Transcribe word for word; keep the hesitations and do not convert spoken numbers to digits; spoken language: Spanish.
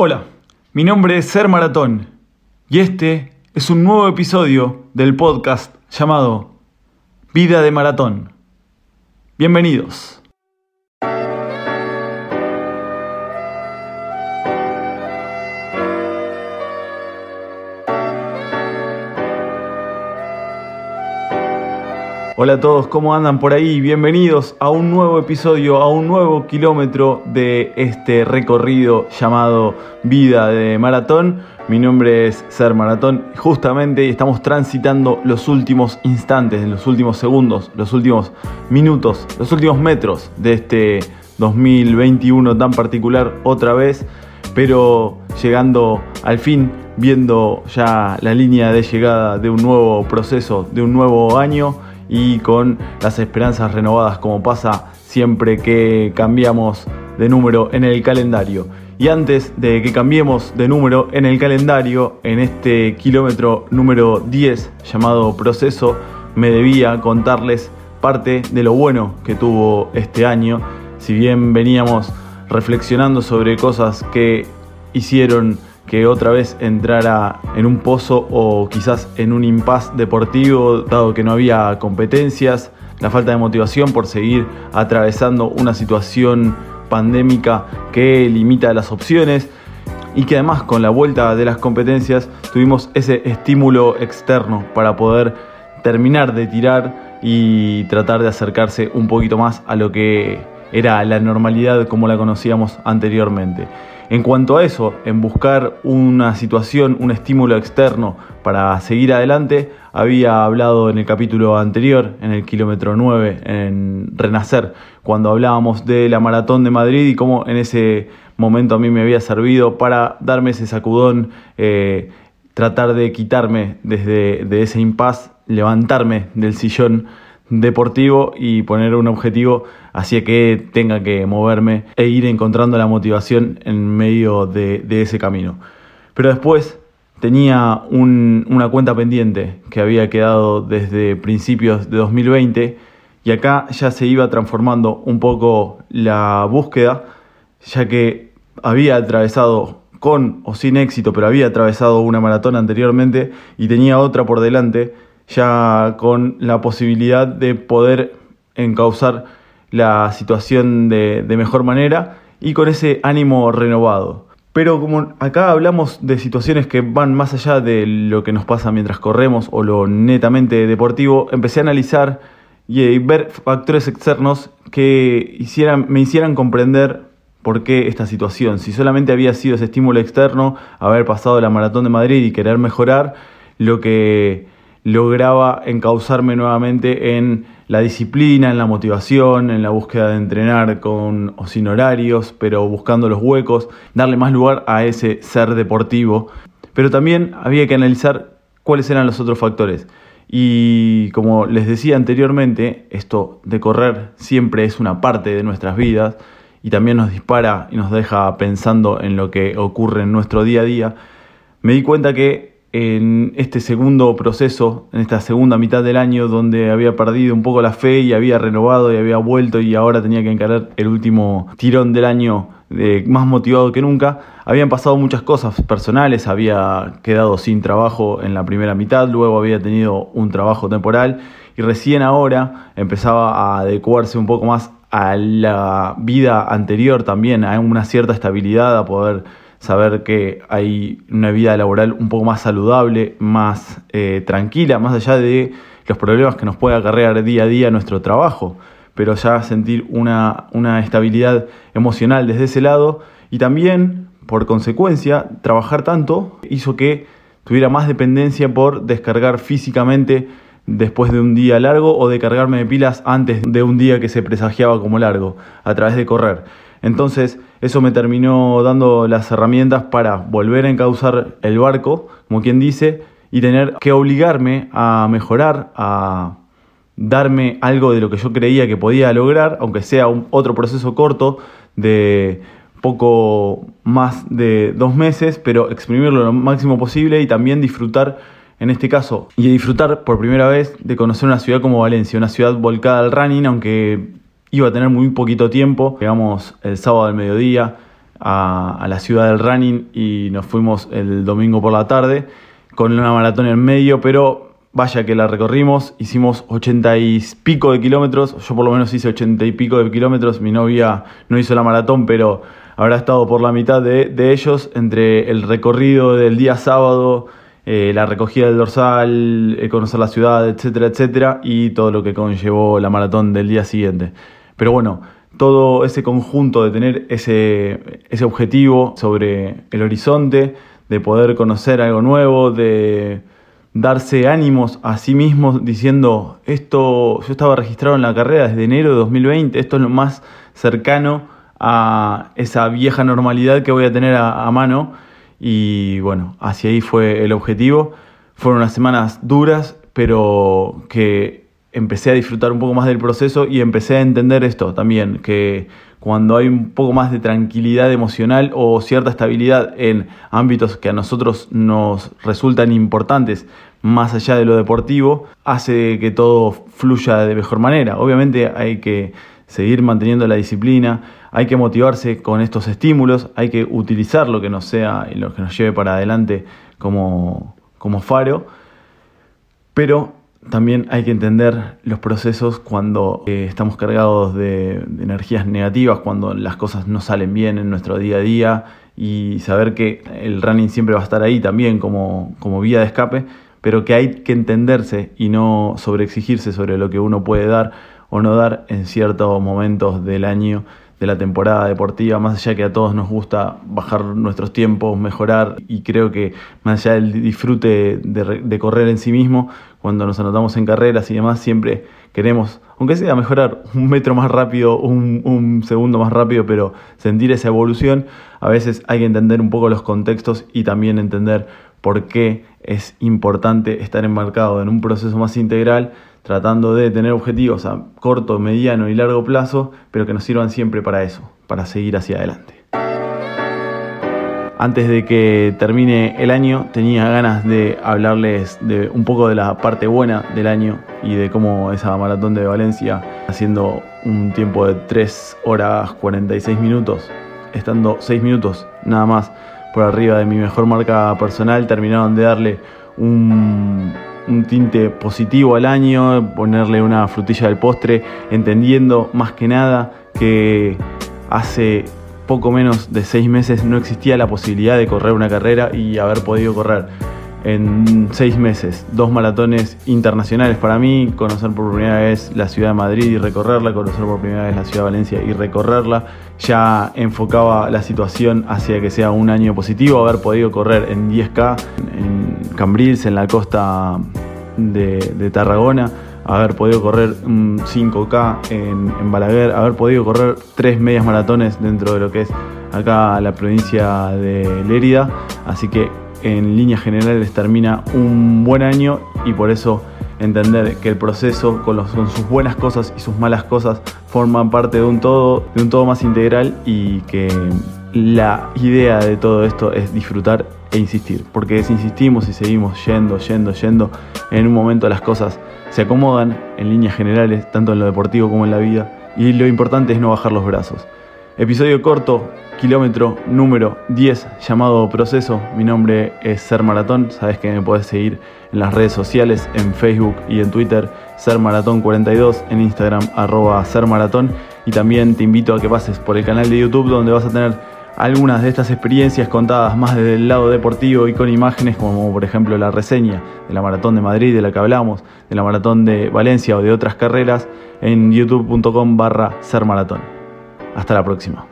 Hola, mi nombre es Ser Maratón y este es un nuevo episodio del podcast llamado Vida de Maratón. Bienvenidos. Hola a todos, ¿cómo andan por ahí? Bienvenidos a un nuevo episodio, a un nuevo kilómetro de este recorrido llamado Vida de Maratón. Mi nombre es Ser Maratón, justamente estamos transitando los últimos instantes, los últimos segundos, los últimos minutos, los últimos metros de este dos mil veintiuno tan particular otra vez, pero llegando al fin, viendo ya la línea de llegada de un nuevo proceso, de un nuevo año, y con las esperanzas renovadas, como pasa siempre que cambiamos de número en el calendario. Y antes de que cambiemos de número en el calendario, en este kilómetro número diez llamado proceso, me debía contarles parte de lo bueno que tuvo este año. Si bien veníamos reflexionando sobre cosas que hicieron que otra vez entrara en un pozo o quizás en un impasse deportivo, dado que no había competencias, la falta de motivación por seguir atravesando una situación pandémica que limita las opciones y que además con la vuelta de las competencias tuvimos ese estímulo externo para poder terminar de tirar y tratar de acercarse un poquito más a lo que era la normalidad como la conocíamos anteriormente. En cuanto a eso, en buscar una situación, un estímulo externo para seguir adelante, había hablado en el capítulo anterior, en el kilómetro nueve, en Renacer, cuando hablábamos de la Maratón de Madrid y cómo en ese momento a mí me había servido para darme ese sacudón, eh, tratar de quitarme desde de ese impasse, levantarme del sillón deportivo y poner un objetivo hacia que tenga que moverme e ir encontrando la motivación en medio de, de ese camino. Pero después tenía un, una cuenta pendiente que había quedado desde principios de dos mil veinte y acá ya se iba transformando un poco la búsqueda, ya que había atravesado con o sin éxito, pero había atravesado una maratón anteriormente y tenía otra por delante, ya con la posibilidad de poder encauzar la situación de, de mejor manera y con ese ánimo renovado. Pero como acá hablamos de situaciones que van más allá de lo que nos pasa mientras corremos o lo netamente deportivo, empecé a analizar y ver factores externos que hicieran, me hicieran comprender por qué esta situación. Si solamente había sido ese estímulo externo, haber pasado la Maratón de Madrid y querer mejorar, lo que lograba encauzarme nuevamente en la disciplina, en la motivación, en la búsqueda de entrenar con o sin horarios, pero buscando los huecos, darle más lugar a ese ser deportivo. Pero también había que analizar cuáles eran los otros factores. Y como les decía anteriormente, esto de correr siempre es una parte de nuestras vidas y también nos dispara y nos deja pensando en lo que ocurre en nuestro día a día. Me di cuenta que en este segundo proceso, en esta segunda mitad del año, donde había perdido un poco la fe y había renovado y había vuelto y ahora tenía que encarar el último tirón del año eh, más motivado que nunca, habían pasado muchas cosas personales, había quedado sin trabajo en la primera mitad, luego había tenido un trabajo temporal y recién ahora empezaba a adecuarse un poco más a la vida anterior también, a una cierta estabilidad, a poder saber que hay una vida laboral un poco más saludable, más eh, tranquila, más allá de los problemas que nos puede acarrear día a día nuestro trabajo, pero ya sentir una, una estabilidad emocional desde ese lado y también, por consecuencia, trabajar tanto hizo que tuviera más dependencia por descargar físicamente después de un día largo o de cargarme de pilas antes de un día que se presagiaba como largo, a través de correr. Entonces eso me terminó dando las herramientas para volver a encauzar el barco, como quien dice, y tener que obligarme a mejorar, a darme algo de lo que yo creía que podía lograr, aunque sea un otro proceso corto de poco más de dos meses, pero exprimirlo lo máximo posible y también disfrutar, en este caso, y disfrutar por primera vez de conocer una ciudad como Valencia, una ciudad volcada al running, aunque iba a tener muy poquito tiempo. Llegamos el sábado al mediodía a, a la ciudad del running y nos fuimos el domingo por la tarde con una maratón en medio, pero vaya que la recorrimos, hicimos ochenta y pico de kilómetros, yo por lo menos hice ochenta y pico de kilómetros, mi novia no hizo la maratón, pero habrá estado por la mitad de, de ellos, entre el recorrido del día sábado, eh, la recogida del dorsal, eh, conocer la ciudad, etcétera, etcétera, y todo lo que conllevó la maratón del día siguiente. Pero bueno, todo ese conjunto de tener ese, ese objetivo sobre el horizonte, de poder conocer algo nuevo, de darse ánimos a sí mismos diciendo, esto, yo estaba registrado en la carrera desde enero de dos mil veinte, esto es lo más cercano a esa vieja normalidad que voy a tener a, a mano, y bueno, hacia ahí fue el objetivo. Fueron unas semanas duras, pero que empecé a disfrutar un poco más del proceso y empecé a entender esto también, que cuando hay un poco más de tranquilidad emocional o cierta estabilidad en ámbitos que a nosotros nos resultan importantes, más allá de lo deportivo, hace que todo fluya de mejor manera. Obviamente hay que seguir manteniendo la disciplina, hay que motivarse con estos estímulos, hay que utilizar lo que nos sea y lo que nos lleve para adelante como, como faro, pero también hay que entender los procesos cuando eh, estamos cargados de, de energías negativas, cuando las cosas no salen bien en nuestro día a día, y saber que el running siempre va a estar ahí también como, como vía de escape, pero que hay que entenderse y no sobreexigirse sobre lo que uno puede dar o no dar en ciertos momentos del año, de la temporada deportiva, más allá que a todos nos gusta bajar nuestros tiempos, mejorar, y creo que más allá del disfrute de, de correr en sí mismo, cuando nos anotamos en carreras y demás, siempre queremos, aunque sea mejorar un metro más rápido, un, un segundo más rápido, pero sentir esa evolución. A veces hay que entender un poco los contextos y también entender por qué es importante estar enmarcado en un proceso más integral, tratando de tener objetivos a corto, mediano y largo plazo, pero que nos sirvan siempre para eso, para seguir hacia adelante. Antes de que termine el año, tenía ganas de hablarles de un poco de la parte buena del año y de cómo esa maratón de Valencia, haciendo un tiempo de tres horas cuarenta y seis minutos, estando seis minutos nada más por arriba de mi mejor marca personal, terminaron de darle un... un tinte positivo al año, ponerle una frutilla del postre, entendiendo más que nada que hace poco menos de seis meses no existía la posibilidad de correr una carrera, y haber podido correr en seis meses dos maratones internacionales para mí, conocer por primera vez la ciudad de Madrid y recorrerla, conocer por primera vez la ciudad de Valencia y recorrerla, ya enfocaba la situación hacia que sea un año positivo. Haber podido correr en diez K en Cambrils, en la costa de, de Tarragona, haber podido correr un cinco K en, en Balaguer, haber podido correr tres medias maratones dentro de lo que es acá la provincia de Lérida, así que en líneas generales termina un buen año, y por eso entender que el proceso con, los, con sus buenas cosas y sus malas cosas forman parte de un todo, de un todo más integral, y que la idea de todo esto es disfrutar e insistir, porque si insistimos y seguimos yendo, yendo, yendo, en un momento las cosas se acomodan en líneas generales, tanto en lo deportivo como en la vida, y lo importante es no bajar los brazos. Episodio corto, kilómetro número diez, llamado Proceso. Mi nombre es Ser Maratón. Sabes que me puedes seguir en las redes sociales, en Facebook y en Twitter, Ser Maratón cuarenta y dos, en Instagram, arroba Ser Maratón. Y también te invito a que pases por el canal de YouTube, donde vas a tener algunas de estas experiencias contadas más desde el lado deportivo y con imágenes, como por ejemplo la reseña de la Maratón de Madrid, de la que hablamos, de la Maratón de Valencia o de otras carreras, en youtube punto com barra Ser Maratón. Hasta la próxima.